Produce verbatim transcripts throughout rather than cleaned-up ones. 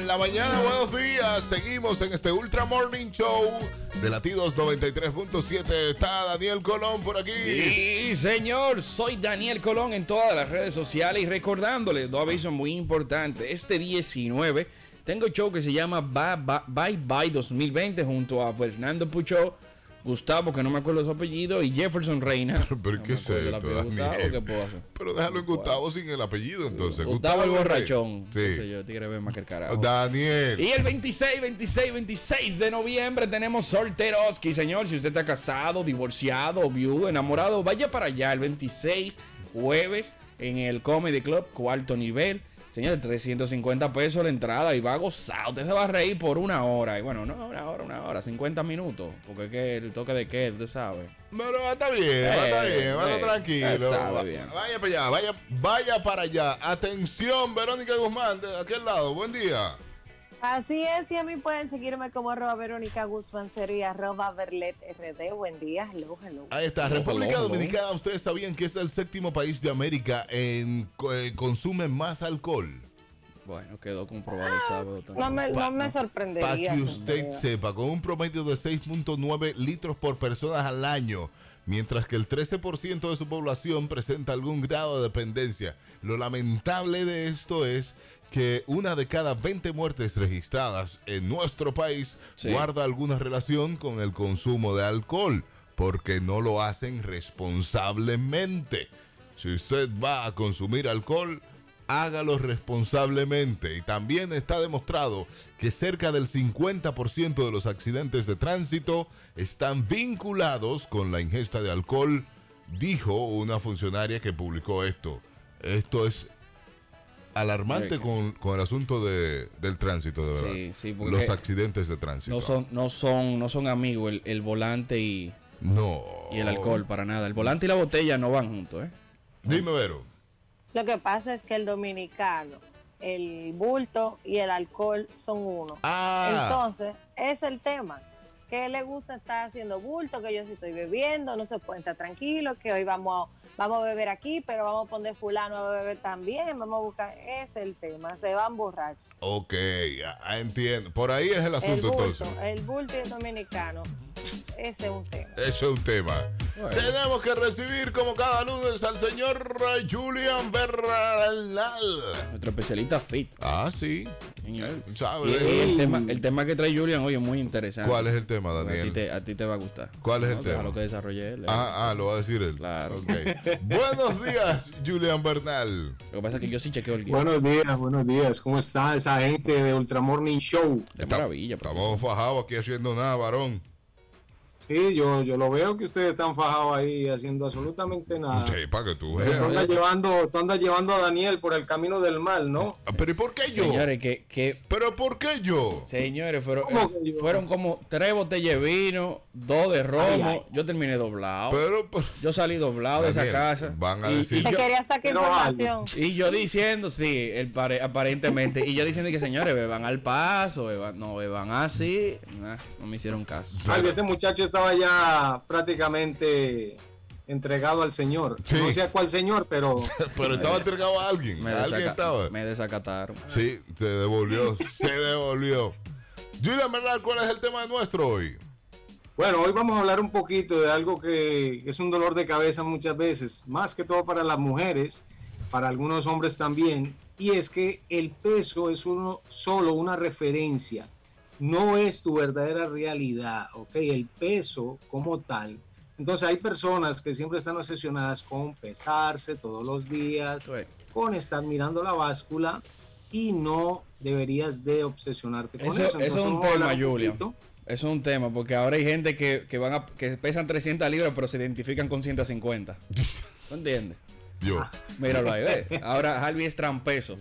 la mañana, buenos días. Seguimos en este Ultra Morning Show de Latidos noventa y tres punto siete. Está Daniel Colón por aquí. Sí, señor. Soy Daniel Colón en todas las redes sociales. Y recordándoles dos avisos muy importantes. Este diecinueve tengo show que se llama Bye Bye, Bye dos mil veinte junto a Fernando Puchó, Gustavo, que no me acuerdo su apellido, y Jefferson Reina. Pero no ¿qué es esto, Daniel? ¿Qué puedo hacer? Pero déjalo en Gustavo sin el apellido, entonces. Gustavo, Gustavo el borrachón. Sí. No sé yo, tigre ve más que el carajo. Daniel. Y el veintiséis, veintiséis, veintiséis de noviembre tenemos Solteroski, señor. Si usted está casado, divorciado, viudo, enamorado, vaya para allá. El veintiséis, jueves, en el Comedy Club, cuarto nivel. Señor, trescientos cincuenta pesos la entrada y va a gozar. Usted se va a reír por una hora. Y bueno, no una hora, una hora, cincuenta minutos. Porque es que el toque de qué, usted sabe. Pero va a estar bien, va a estar bien, va a estar tranquilo. Sabe bien. Vaya para allá, vaya, vaya para allá. Atención, Verónica Guzmán, de aquel lado. Buen día. Así es, y a mí pueden seguirme como arroba Verónica Guzmán Cero y arroba Verlet R D. Buen día, hello, hello. Ahí está, Hello, República hello, Dominicana, hello. Ustedes sabían que es el séptimo país de América en eh, consume más alcohol. Bueno, quedó comprobado el sábado también. No me, no me sorprendería. Para que usted sepa, con un promedio de seis punto nueve litros por persona al año, mientras que el trece por ciento de su población presenta algún grado de dependencia. Lo lamentable de esto es que una de cada veinte muertes registradas en nuestro país sí. guarda alguna relación con el consumo de alcohol, porque no lo hacen responsablemente. Si usted va a consumir alcohol, hágalo responsablemente. Y también está demostrado que cerca del cincuenta por ciento de los accidentes de tránsito están vinculados con la ingesta de alcohol, dijo una funcionaria que publicó esto. Esto es alarmante sí. con, con el asunto de, del tránsito, de verdad. Sí, sí, los accidentes de tránsito. No son, no son, no son amigos el, el volante y, no. y el alcohol, para nada. El volante y la botella no van juntos, ¿eh? Dime, Vero. Lo que pasa es que el dominicano, el bulto y el alcohol son uno. Ah. Entonces, es el tema. Que le gusta estar haciendo bulto, que yo sí estoy bebiendo, no se puede estar tranquilo, que hoy vamos a, vamos a beber aquí, pero vamos a poner fulano a beber también, vamos a buscar, es el tema, se van borrachos. Ok, ya, entiendo. Por ahí es el asunto, el bulto, entonces. El bulto y el dominicano, ese es un tema. Ese es un tema. Bueno. Tenemos que recibir como cada lunes al señor Julian Bernal. Nuestro especialista fit. Ah, sí. ¿Sabe? Y, y el, tema, el tema que trae Julian hoy es muy interesante. ¿Cuál es el tema, Daniel? A ti te, a ti te va a gustar. ¿Cuál es no, el tema? Lo que desarrolle él. Ah, ah, lo va a decir él. Claro. Okay. Buenos días, Julian Bernal. Lo que pasa es que yo sí chequeo el guía. Buenos días, buenos días. ¿Cómo está esa gente de Ultra Morning Show? De maravilla. Estamos fajados aquí haciendo nada, varón. Sí, yo, yo lo veo que ustedes están fajados ahí haciendo absolutamente nada. Sí, para que tú veas. Tú andas, llevando, tú andas llevando a Daniel por el camino del mal, ¿no? Pero ¿y por qué yo? Señores, que... que ¿Pero por qué yo? Señores, pero, eh, fueron como tres botellas de vino, dos de romo. Ay, ay. Yo terminé doblado. Pero, pero, yo salí doblado Daniel, de esa casa. Van a y, decir... Y te yo, quería sacar información. Y yo diciendo, sí, el pare, aparentemente. Y yo diciendo que, señores, beban al paso, beban, no beban así. Nah, no me hicieron caso. Ay, ese muchacho estaba ya prácticamente entregado al señor. Sí. No sé a cuál señor, pero pero estaba entregado a alguien. Me, ¿A alguien estaba? me desacataron. Sí, se devolvió, se devolvió. Julian Bernal, ¿cuál es el tema de nuestro hoy? Bueno, hoy vamos a hablar un poquito de algo que es un dolor de cabeza muchas veces, más que todo para las mujeres, para algunos hombres también, y es que el peso es uno solo una referencia. No es tu verdadera realidad, ¿ok? El peso como tal. Entonces hay personas que siempre están obsesionadas con pesarse todos los días, sí. con estar mirando la báscula y no deberías de obsesionarte con eso. Eso, eso es un tema, Julia. Eso es un tema, porque ahora hay gente que, que, van a, que pesan trescientas libras pero se identifican con ciento cincuenta. ¿Tú entiendes? Yo. Míralo ahí, ve. Ahora Harvey es trampeso.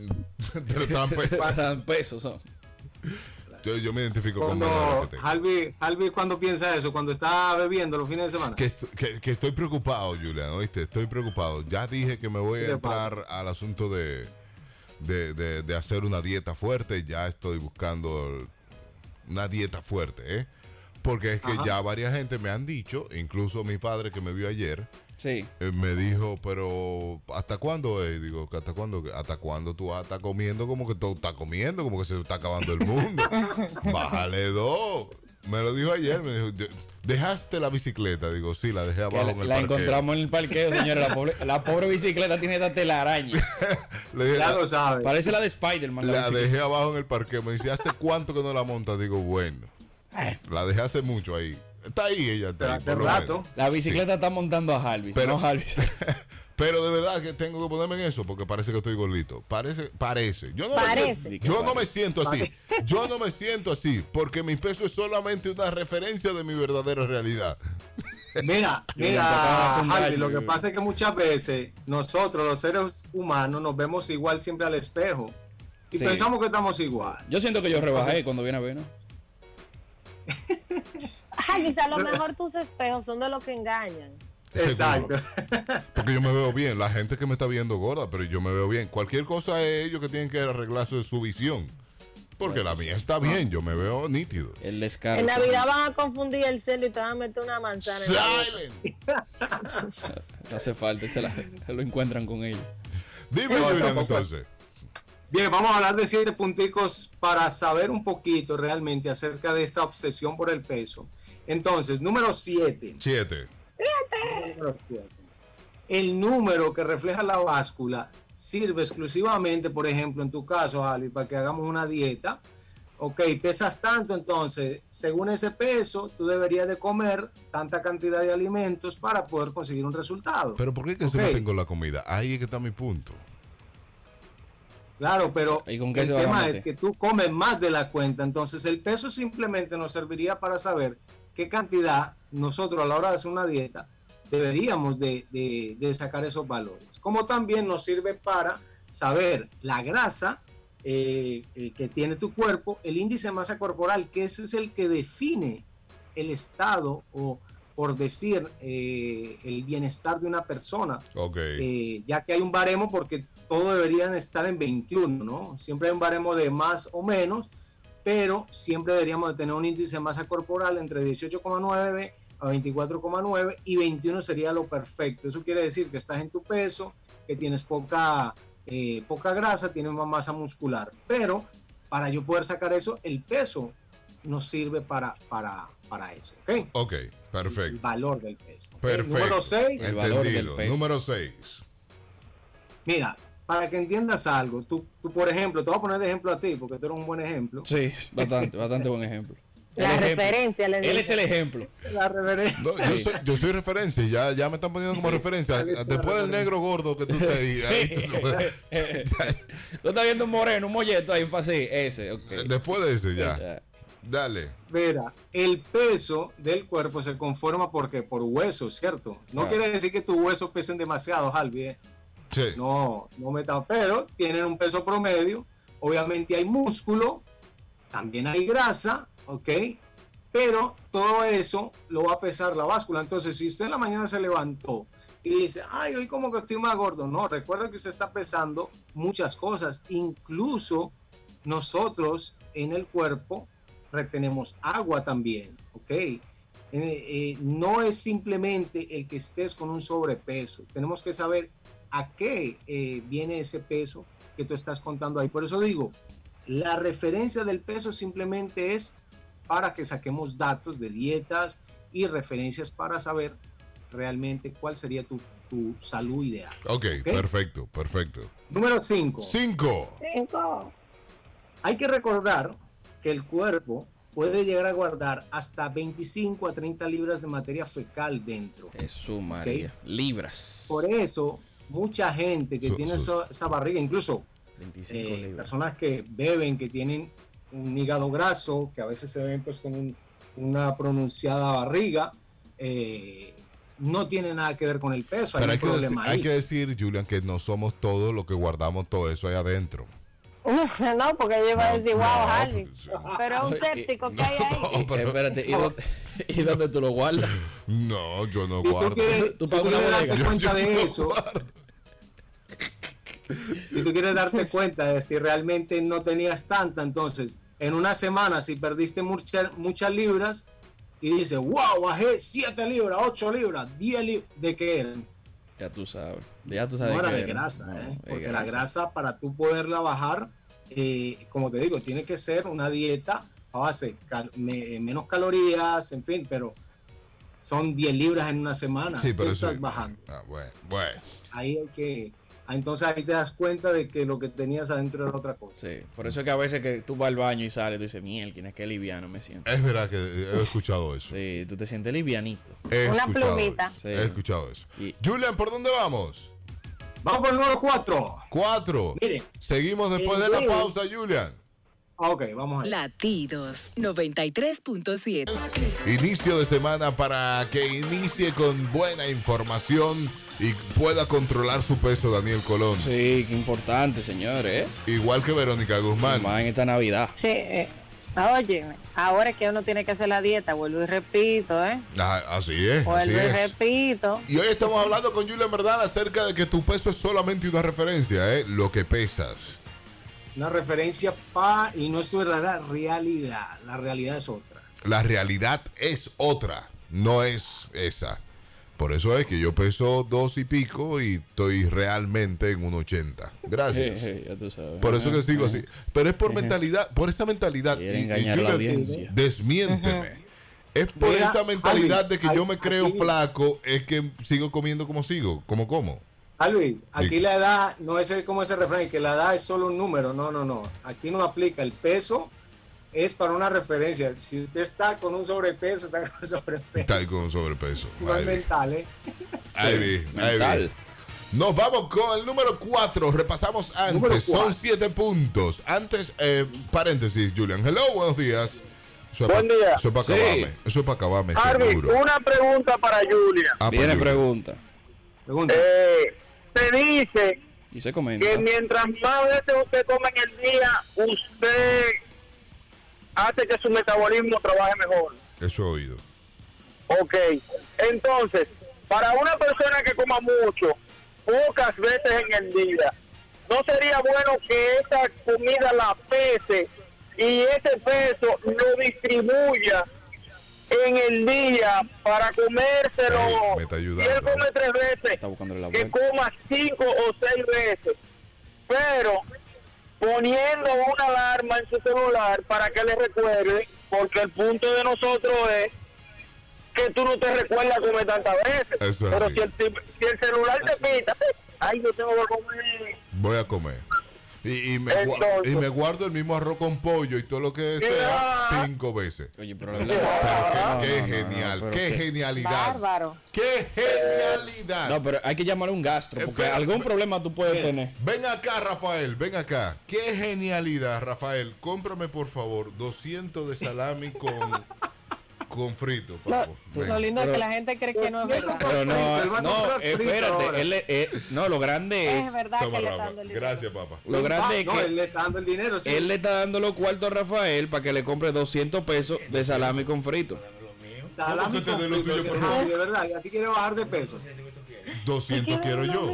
Trampeso son. Yo, yo me identifico cuando, con Harvey, Harvey, ¿cuándo piensa eso? ¿Cuando está bebiendo los fines de semana? Que, que, que estoy preocupado, Julián, ¿oíste? Estoy preocupado. Ya dije que me voy a entrar al asunto de, de, de, de hacer una dieta fuerte. Ya estoy buscando una dieta fuerte, ¿eh? Porque es que Ajá. ya varias gente me han dicho, incluso mi padre que me vio ayer, Sí. eh, me dijo, pero ¿hasta cuándo es? Digo, ¿hasta cuándo? ¿Hasta cuándo tú vas a estar comiendo como que tú estás comiendo? Como que se está acabando el mundo. Bájale dos. Me lo dijo ayer, me dijo, "De- ¿dejaste la bicicleta?" Digo, sí, la dejé Que abajo la, en el la parqueo. encontramos en el parqueo, señores. La pobre, la pobre bicicleta tiene esta telaraña. Le dije, Ya la, lo sabes. Parece la de Spider-Man. La la bicicleta. dejé abajo en el parqueo. Me dice, ¿hace cuánto que no la montas? Digo, bueno, Eh, la dejé hace mucho ahí. Está ahí ella, está Pero ahí, hace por lo rato. menos. La bicicleta está montando a Jarvis. Pero- no Jarvis. Pero de verdad que tengo que ponerme en eso porque parece que estoy gordito. Parece, parece. Yo no Parece. Me, yo no me siento así. Yo no me siento así porque mi peso es solamente una referencia de mi verdadera realidad. Mira, Yo le mira, tocaba hacer un Harvey, daño, lo que yo- pasa es que muchas veces nosotros, los seres humanos, nos vemos igual siempre al espejo y Sí. pensamos que estamos igual. Yo siento que yo rebajé cuando viene a ver, ¿no? Ajá, quizá a lo mejor tus espejos son de los que engañan. Exacto. Porque yo me veo bien. La gente que me está viendo gorda, pero yo me veo bien. Cualquier cosa es ellos que tienen que arreglarse su visión. Porque la mía está bien. Yo me veo nítido. El descaro. En Navidad van a confundir el celo y te van a meter una manzana en la boca. Silent. No hace falta, se, la- se lo encuentran con ellos. Dime, No, Julián, tampoco. entonces. Bien, vamos a hablar de siete punticos para saber un poquito realmente acerca de esta obsesión por el peso. Entonces, número siete. Siete. Número siete. El número que refleja la báscula sirve exclusivamente, por ejemplo, en tu caso, Ali, para que hagamos una dieta. Ok, pesas tanto, entonces, según ese peso, tú deberías de comer tanta cantidad de alimentos para poder conseguir un resultado. Pero ¿por qué que Ok. se meten con la comida? Ahí es que está mi punto. Claro, pero ¿Y con qué el se van a tema meter? es que tú comes más de la cuenta, entonces el peso simplemente nos serviría para saber qué cantidad nosotros a la hora de hacer una dieta deberíamos de, de- de sacar esos valores. Como también nos sirve para saber la grasa eh, eh, que tiene tu cuerpo, el índice de masa corporal, que ese es el que define el estado o, por decir, eh, el bienestar de una persona. Ok. Eh, ya que hay un baremo porque todos deberían estar en veintiuno, ¿no? Siempre hay un baremo de más o menos, pero siempre deberíamos de tener un índice de masa corporal entre dieciocho coma nueve a veinticuatro coma nueve y veintiuno sería lo perfecto. Eso quiere decir que estás en tu peso, que tienes poca, eh, poca grasa, tienes más masa muscular, pero para yo poder sacar eso, el peso nos sirve para, para, para eso, ¿ok? Ok, El perfecto. valor del peso. ¿ok? Perfecto. Número seis. El valor del Entendido. peso. Número seis. Mira, para que entiendas algo, tú, tú, por ejemplo, te voy a poner de ejemplo a ti, porque tú eres un buen ejemplo. Sí, bastante, bastante buen ejemplo. El La ejemplo. referencia. le Él digo. es el ejemplo. La reverencia. No, yo, Sí. soy, yo soy referencia, ya, ya me están poniendo como referencia. Él es una Después del referencia. negro gordo que tú estás ahí, ahí tú te puedes- Tú estás viendo un moreno, un molleto ahí para así, ese, ok. Después de ese, ya. Ya. Dale. Mira, el peso del cuerpo se conforma porque por huesos, ¿cierto? No Claro. quiere decir que tus huesos pesen demasiado, Jalvi. ¿eh? Sí. No, no me está, pero tienen un peso promedio. Obviamente hay músculo, también hay grasa, ¿ok? Pero todo eso lo va a pesar la báscula. Entonces, si usted en la mañana se levantó y dice, ay, hoy como que estoy más gordo, no, recuerda que usted está pesando muchas cosas. Incluso nosotros en el cuerpo retenemos agua también, ¿ok? Eh, eh, no es simplemente el que estés con un sobrepeso. Tenemos que saber a qué eh, viene ese peso que tú estás contando ahí. Por eso digo, la referencia del peso simplemente es para que saquemos datos de dietas y referencias para saber realmente cuál sería tu, tu salud ideal. Ok, perfecto, perfecto. Número cinco. Cinco. Cinco. Hay que recordar que el cuerpo puede llegar a guardar hasta veinticinco a treinta libras de materia fecal dentro. Jesús María. Libras. Por eso, mucha gente que Su- tiene sus- esa, esa barriga, incluso veinticinco eh, libras. personas que beben, que tienen un hígado graso, que a veces se ven pues con un- una pronunciada barriga, eh, no tiene nada que ver con el peso, hay Pero un hay que, decir, problema hay ahí. que decir, Julian, que no somos todos los que guardamos todo eso ahí adentro. No, porque yo iba a decir, No, wow, no, Harvey. pues, Pero es un Oye, séptico que hay ahí. No, pero- Espérate, ¿y dónde, ¿y dónde tú lo guardas? No, yo no Si tú guardo. quieres, Tú si pagas tú una quieres bodega. darte Yo- cuenta yo de no eso, guardo. si tú quieres darte cuenta de si realmente no tenías tanta, entonces en una semana si perdiste mucha- muchas libras, y dice, wow, bajé siete libras, ocho libras, diez libras, ¿de qué eran? Ya tú sabes, ya tú sabes. No era que de era. grasa, No, ¿eh? de Porque grasa. la grasa, para tú poderla bajar, eh, como te digo, tiene que ser una dieta a base cal me, menos calorías, en fin, pero son diez libras en una semana. Sí, pero tú eso... estás bajando. Ah, bueno, bueno. Ahí hay que... Entonces ahí te das cuenta de que lo que tenías adentro era otra cosa. Sí, por eso es que a veces que tú vas al baño y sales, tú dices, mierda, qué liviano me siento. Es verdad que he escuchado eso. Sí, tú te sientes livianito. He Una escuchado plumita. eso. Sí. He escuchado eso. Y- Julian, ¿por dónde vamos? Vamos por el número cuatro. Cuatro. Mire. Seguimos después el de la dedo- pausa, Julian. Ok, vamos allá. Latidos noventa y tres punto siete. Inicio de semana para que inicie con buena información y pueda controlar su peso Daniel Colón. Sí, qué importante, señores, ¿eh? Igual que Verónica Guzmán. Más en esta Navidad. Sí, eh, oye, ahora es que uno tiene que hacer la dieta, vuelvo y repito, ¿eh? Ah, así es. Así Vuelvo y es. repito. Y hoy estamos hablando con Julian Verdad acerca de que tu peso es solamente una referencia, ¿eh? Lo que pesas. Una referencia pa y no es tu verdadera realidad. La realidad es otra. La realidad es otra, no es esa. Por eso es que yo peso dos y pico y estoy realmente en un ochenta. Gracias. Je, je, ya tú sabes. Por eso que sigo Ajá. así. Pero es por mentalidad, por esa mentalidad. Quiere Y- y engañar a la Julian, audiencia. desmiénteme. Es por Mira, esa mentalidad Alex, de que yo me aquí- creo aquí- flaco, es que sigo comiendo como sigo, como como. Ah, Luis, aquí Sí. la edad no es como ese refrán, que la edad es solo un número. No, no, no. Aquí no aplica. El peso es para una referencia. Si usted está con un sobrepeso, está con sobrepeso. Está con sobrepeso. No Ahí es vi. mental, ¿eh? Ahí vi, ahí Mental. vi. Nos vamos con el número cuatro. Repasamos Número antes. Son cuatro. siete puntos. Antes, eh, paréntesis, Julian. Hello, buenos días. Eso es Buen pa- día. Eso es para Sí. acabarme. Eso es para acabarme, Arvin, seguro. una pregunta para Julia. Ah, Viene pues, pregunta. Pregunta. Eh, se dice Y se comenta. que mientras más veces usted come en el día, usted hace que su metabolismo trabaje mejor. Eso he oído. Ok. Entonces, para una persona que coma mucho, pocas veces en el día, ¿no sería bueno que esa comida la pese y ese peso lo distribuya en el día para comérselo? Ey, me está Si ayudando. él come tres veces, Está buscándole la que vuelta. coma cinco o seis veces, pero poniendo una alarma en su celular para que le recuerde, porque el punto de nosotros es que tú no te recuerdas comer tantas veces. Eso es Pero así. si el, si el celular Así. te pita, ay, yo tengo que comer. Voy a comer. Y, y, me, gua- Entonces- y me guardo el mismo arroz con pollo y todo lo que sea Mira. cinco veces. Oye, pero la verdad. Pero qué, No, qué no, no, genial, pero qué qué- genialidad. Bárbaro. ¡Qué genialidad! No, pero hay que llamarle un gastro, porque Espera, algún espera. problema tú puedes tener. Ven acá, Rafael, ven acá. ¡Qué genialidad, Rafael! Cómprame, por favor, doscientos de salami con, con frito, papo. Lo, Ven. lo lindo es Pero- que la gente cree que no es verdad. Pero no, Él va a no, comprar frito espérate. ahora. Él, le- eh, no, lo grande Es es. verdad Toma, que le está Rafa. dando el dinero. Gracias, papá. Lo grande es no, que él le está dando el dinero. Sí. él le está dando los cuartos a Rafael para que le compre doscientos pesos de salami con frito. Salami ¿Cómo que te con dé lo frito, tuyo, sí, por favor? de verdad, y así quiere bajar de peso. doscientos quiero yo.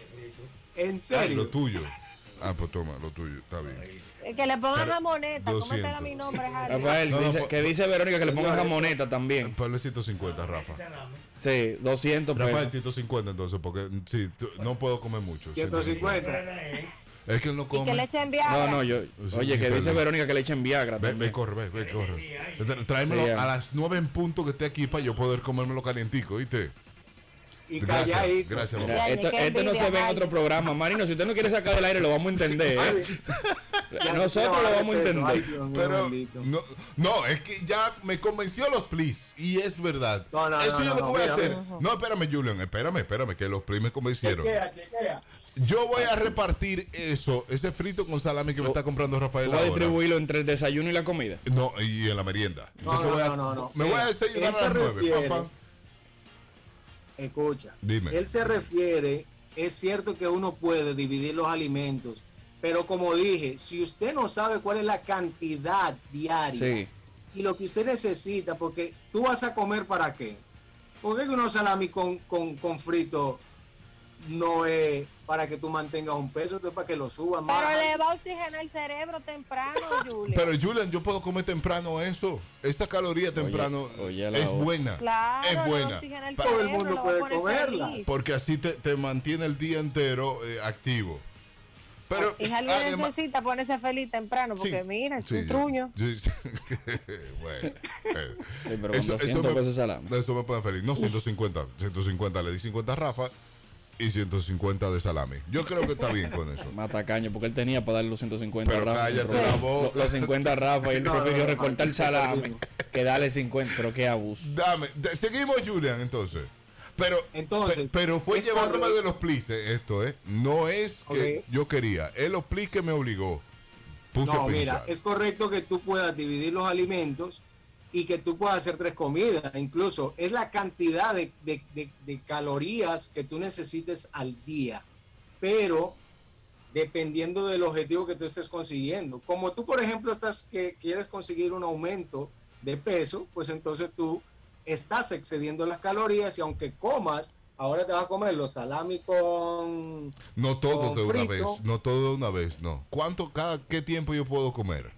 En Ay, serio. lo tuyo. Ah, pues toma, lo tuyo. Está bien. Eh, Que le pongan Pero, jamoneta. ¿Cómo doscientos. está mi nombre, Harry? Rafael, No, no, dice, po- que dice Verónica que le ponga jamoneta también. Ponle ciento cincuenta, Rafa. Sí, doscientos Rafael, pesos. ciento cincuenta entonces, porque sí, tú- no puedo comer mucho. ciento cincuenta. Es que él no Y come. que le echen Viagra. No, no, yo. Sí, Oye, que sí, dice sí. Verónica que le echen Viagra. Ven, también. ven, corre, ven, ven, corre. Tra- Tráemelo Sí, ya. a las nueve en punto que esté aquí para yo poder comérmelo calientico, ¿viste? Y Gracias, calladito. gracias, Mira, papá. Ay, esto, qué esto no envidia, se ve en Jaime. otro programa. Marino, si usted no quiere sacar del aire, lo vamos a entender. ¿eh? Ya Nosotros quiere lo bajar vamos a de peso. entender. Ay, Dios mío, Pero bendito. no, no, es que ya me convenció los plis y es verdad. No, no, Eso no, yo no, lo que no, voy a mira, hacer. mira. No, espérame, Julian, espérame, espérame, que los plis me convencieron. Chequea, chequea. Yo voy a repartir eso, ese frito con salami que me está comprando Rafael Voy a ahora. distribuirlo entre el desayuno y la comida. No, y en la merienda. No, Entonces no, voy a, no, no, no. me voy a Mira, desayunar él a se las nueve. refiere- Pam, pam. Escucha. Dime. Él se refiere, es cierto que uno puede dividir los alimentos, pero como dije, si usted no sabe cuál es la cantidad diaria Sí. y lo que usted necesita, porque tú vas a comer para qué. ¿Por qué unos salami con, con, con frito no es para que tú mantengas un peso, entonces para que lo subas más. Pero le va a oxigenar el cerebro temprano, Julian. Pero Julian, yo puedo comer temprano eso. Esa caloría temprano oye, la es otra. buena. Claro, es le va a buena. oxigenar el Pa- Todo el cerebro, mundo lo va a puede poner comerla. feliz. Porque así te, te mantiene el día entero eh, activo. Pero Y Jalvi además- necesita ponerse feliz temprano, porque Sí, mira, es sí, un truño. sí, sí. Bueno, eh, Sí, pero con eso, eso doscientos me, pesos de salami. eso me pone feliz. No, ciento cincuenta. ciento cincuenta le di cincuenta a Rafa y ciento cincuenta de salami. Yo creo que está bien con eso. Más tacaño, porque él tenía para darle los ciento cincuenta Pero a Rafa. cállate Pero la los- boca. Los cincuenta a Rafa y él No, prefirió no, no, recortar el no, salami no. que darle cincuenta. Pero qué abuso. Dame, de- seguimos, Julian, entonces. Pero, Entonces, pe- pero fue es llevándome correcto. de los plices esto, ¿eh? No es que Ok. yo quería, es los plices que me obligó. Puse a No, pensar. mira, es correcto que tú puedas dividir los alimentos y que tú puedas hacer tres comidas. Incluso es la cantidad de, de- de- de calorías que tú necesites al día. Pero dependiendo del objetivo que tú estés consiguiendo. Como tú, por ejemplo, estás que quieres conseguir un aumento de peso, pues entonces tú estás excediendo las calorías y aunque comas, ahora te vas a comer los salami con... No todo con de una frito. vez, no todo de una vez, no. ¿Cuánto, cada qué tiempo yo puedo comer?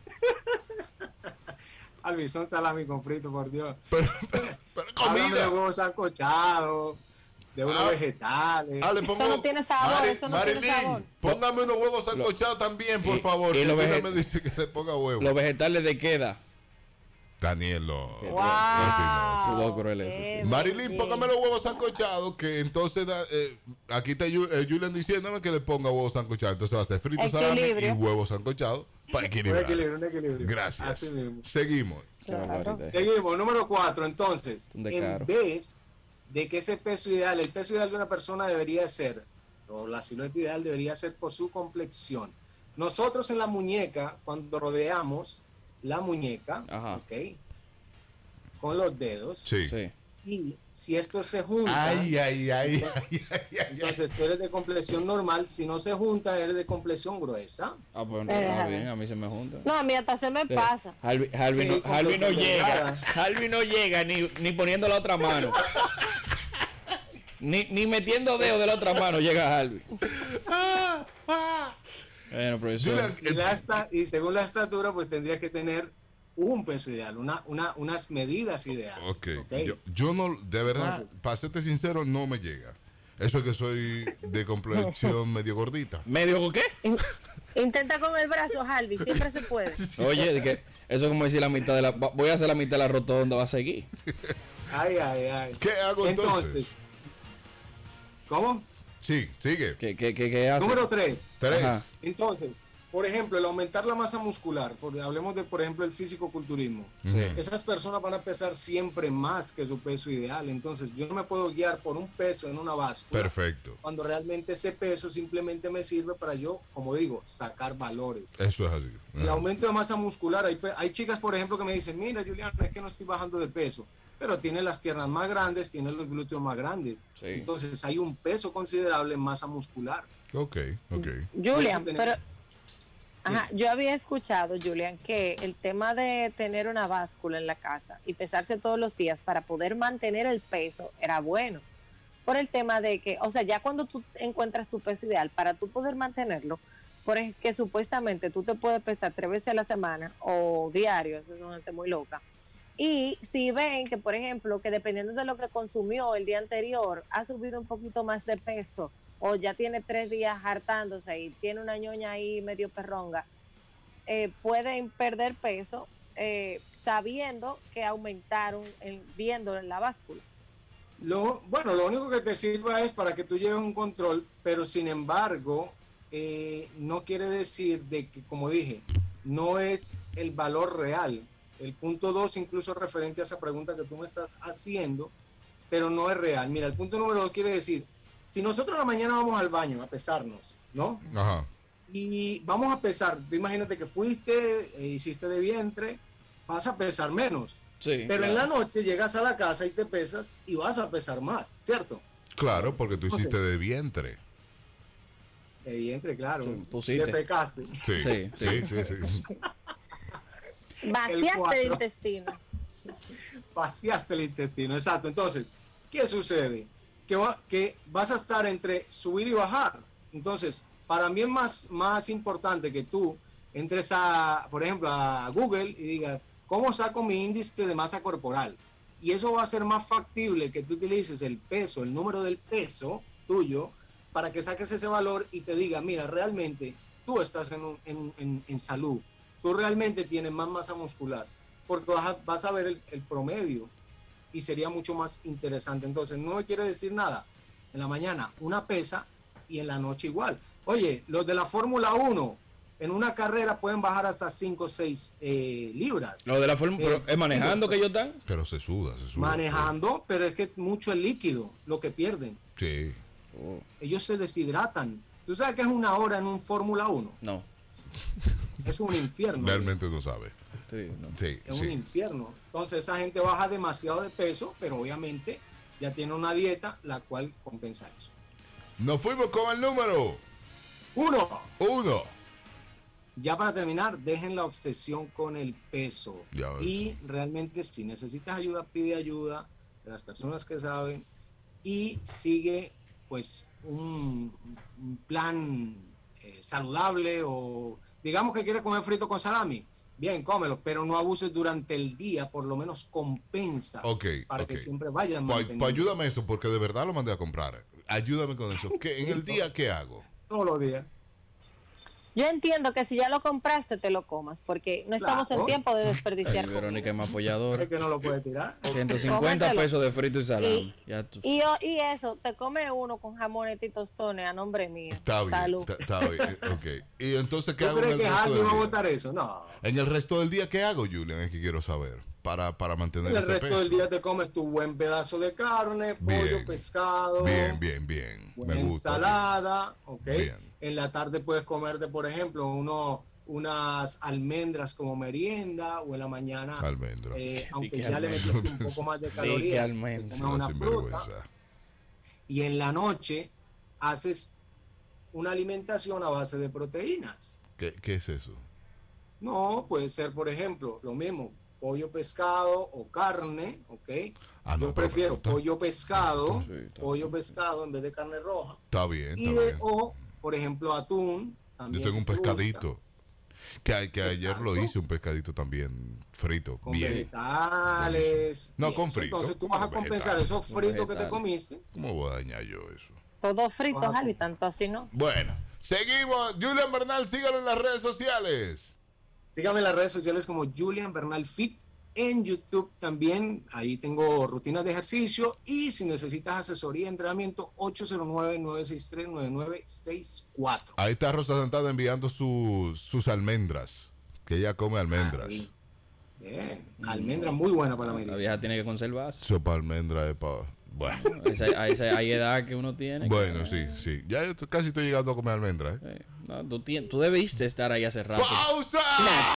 Alvin, son salami con frito, por Dios. Pero, pero, pero Háblame de comida. huevos sancochados, de unos Ah. vegetales. Ah, le Eso no tiene sabor, eso no tiene Marilyn, sabor. póngame unos huevos sancochados también, por y- favor. y que los Julian veget- me dice que le ponga huevos. Los vegetales de queda. Daniel, no. Wow. Así no. Sudó cruel eso, qué sí. Marilyn, belleza. póngame los huevos sancochados, que entonces da- eh, aquí está Ju- eh, Julian diciéndome que le ponga huevos sancochados. Entonces va a ser frito salami y Equilibrio. huevos sancochados para Un equilibrar. equilibrio, un equilibrio. Gracias. Así mismo. Seguimos. Qué Claro. barbaridad. Seguimos, número cuatro. Entonces, Un en descaro. vez de que ese peso ideal, el peso ideal de una persona debería ser, o la silueta ideal debería ser por su complexión. Nosotros en la muñeca, cuando rodeamos la muñeca, Ajá. ¿ok? Con los dedos, Sí. Sí. y si estos se juntan, Ay, ay, ay, ay, ay, ay, ay. entonces tú eres de complexión normal, si no se juntan, eres de complexión gruesa. Ah, pues Eh, está déjame. bien, a mí se me junta. No, a mí hasta se me Sí. pasa. Harvey, Harvey Sí, no, Harvey no complexión llega. delgada. Harvey no llega ni, ni poniendo la otra mano. ni, ni metiendo dedo de la otra mano llega Harvey. Bueno, profesor. Julian, Y, la esta- y según la estatura, pues tendrías que tener un peso ideal, una, una, unas medidas ideales. Ok, ¿ok? Yo, yo no, de verdad, Entonces- para serte sincero, no me llega. Eso es que soy de complexión medio gordita. ¿Medio qué? In- Intenta con el brazo, Harvey, siempre se puede. Oye, de que eso es como decir la mitad de la. va- Voy a hacer la mitad de la rotonda, va a seguir. Ay, ay, ay. ¿Qué hago entonces? Entonces, ¿cómo? Sí, sigue. ¿Qué, qué, qué, qué hace? Número tres. Tres. Ajá. Entonces, por ejemplo, el aumentar la masa muscular, por- hablemos de, por ejemplo, el físico-culturismo. Ujú. Esas personas van a pesar siempre más que su peso ideal. Entonces, yo no me puedo guiar por un peso en una báscula. Perfecto. Cuando realmente ese peso simplemente me sirve para yo, como digo, sacar valores. Eso es así. El Ajá. aumento de masa muscular, hay, pe- hay chicas, por ejemplo, que me dicen, mira, Julián, es que no estoy bajando de peso, pero tiene las piernas más grandes, tiene los glúteos más grandes. Sí. Entonces, hay un peso considerable en masa muscular. Ok, ok. Julian, Eso pero ajá, yo había escuchado, Julian, que el tema de tener una báscula en la casa y pesarse todos los días para poder mantener el peso era bueno. Por el tema de que, o sea, ya cuando tú encuentras tu peso ideal, para tú poder mantenerlo, por el que supuestamente tú te puedes pesar tres veces a la semana o diario, eso es una gente muy loca. Y si ven que, por ejemplo, que dependiendo de lo que consumió el día anterior, ha subido un poquito más de peso, o ya tiene tres días hartándose y tiene una ñoña ahí medio perronga, eh, pueden perder peso eh, sabiendo que aumentaron, en, viendo en la báscula. Lo, bueno, lo único que te sirva es para que tú lleves un control, pero sin embargo, eh, no quiere decir de que, como dije, no es el valor real. El punto dos, incluso referente a esa pregunta que tú me estás haciendo, pero no es real. Mira, el punto número dos quiere decir, si nosotros en la mañana vamos al baño a pesarnos, ¿no? Ajá. Y vamos a pesar, tú imagínate que fuiste, e hiciste de vientre, vas a pesar menos. Sí, Pero en claro. la noche llegas a la casa y te pesas y vas a pesar más, ¿cierto? Claro, porque tú hiciste de vientre. De vientre, claro. Sí, pusiste. Te pecaste. Sí, Sí, sí, sí. sí, sí. Vaciaste cuatro. el intestino. Vaciaste el intestino, exacto. Entonces, ¿qué sucede? Que, va- que vas a estar entre subir y bajar. Entonces, para mí es más, más importante que tú entres a, por ejemplo, a Google y digas, ¿cómo saco mi índice de masa corporal? Y eso va a ser más factible que tú utilices el peso, el número del peso tuyo, para que saques ese valor y te diga, mira, realmente tú estás en, un, en, en, en salud, tú realmente tienes más masa muscular, porque vas a, vas a ver el, el promedio y sería mucho más interesante. Entonces, no me quiere decir nada. En la mañana una pesa y en la noche igual. Oye, los de la Fórmula uno en una carrera pueden bajar hasta cinco o seis eh, libras. Lo de la Fórmula, Eh, ¿es manejando que ellos están? Pero se suda, se suda. Manejando, sí. Pero es que mucho el líquido, lo que pierden. Sí. Oh. Ellos se deshidratan. ¿Tú sabes qué es una hora en un Fórmula uno? No. Es un infierno. Realmente no sabe. Sí, no. Sí, Es sí. un infierno. Entonces esa gente baja demasiado de peso, pero obviamente ya tiene una dieta la cual compensa eso. Nos fuimos con el número Uno. uno. Ya para terminar, dejen la obsesión con el peso. Ya ves. Y realmente si necesitas ayuda, pide ayuda de las personas que saben y sigue pues un, un plan eh, saludable, o digamos que quieres comer frito con salami. Bien, cómelo, pero no abuses durante el día, por lo menos compensa Ok, para ok. que siempre vayan Pues manteniendo. pues ayúdame eso, porque de verdad lo mandé a comprar. Ayúdame con eso. ¿Qué, en el día qué hago? Todos los días. Yo entiendo que si ya lo compraste, te lo comas, porque no estamos Claro. en tiempo de desperdiciar Ay, Verónica es comida. más folladora. Es que no lo puedes tirar. ciento cincuenta Cómetelo. pesos de frito y salami. Y, Ya tú. y, yo- y eso, te come uno con jamones y tostones a nombre mío. Está bien. Salud. Está, está bien. Ok. Y entonces, ¿qué ¿Tú hago en crees el que resto Harvey del va a día? votar eso? No. En el resto del día, ¿qué hago, Julian? Es que quiero saber. Para, para mantener En el ese resto peso. del día te comes tu buen pedazo de carne, Bien. pollo, pescado, Bien, bien, bien. buena Me gusta. ensalada, ¿ok? Bien. En la tarde puedes comerte, por ejemplo, uno, unas almendras como merienda, o en la mañana, Almendra. eh, aunque qué ya le almendras. metiste un poco más de qué calorías, te almendras. comes una Sin fruta, vergüenza. y en la noche haces una alimentación a base de proteínas. ¿Qué, ¿Qué es eso? No, puede ser, por ejemplo, lo mismo, pollo, pescado o carne, ¿ok? Ah, no, Yo pero prefiero me gusta. pollo, pescado, Sí, está pollo, pescado en vez de carne roja. Está bien, Y está de, bien. o, por ejemplo, atún. Yo También tengo si un te gusta, pescadito. Que, que ayer lo Exacto. hice, un pescadito también frito. con Bien. vegetales. No, y con eso. frito, Entonces tú con vas a compensar vegetales. esos Con fritos que te vegetales. comiste. ¿Cómo voy a dañar yo eso? Todo frito, Ojalá. Javi, tanto así no. Bueno, seguimos. Julian Bernal, sígalo en las redes sociales. Síganme en las redes sociales como Julian Bernal Fit. En YouTube también, ahí tengo rutinas de ejercicio, y si necesitas asesoría, entrenamiento, ocho cero nueve, nueve seis tres, nueve nueve seis cuatro. Ahí está Rosa Santana enviando sus sus almendras. Que ella come almendras. Ahí. Bien, almendra muy buena para la La merienda. vieja tiene que conservarse. Sopa almendra es para... Bueno, A esa, a esa- hay edad que uno tiene. que- bueno, sí, sí. Ya yo estoy- casi estoy llegando a comer almendras. ¿eh? Eh, no, tú, tien- tú debiste estar ahí hace rato. ¡Pausa!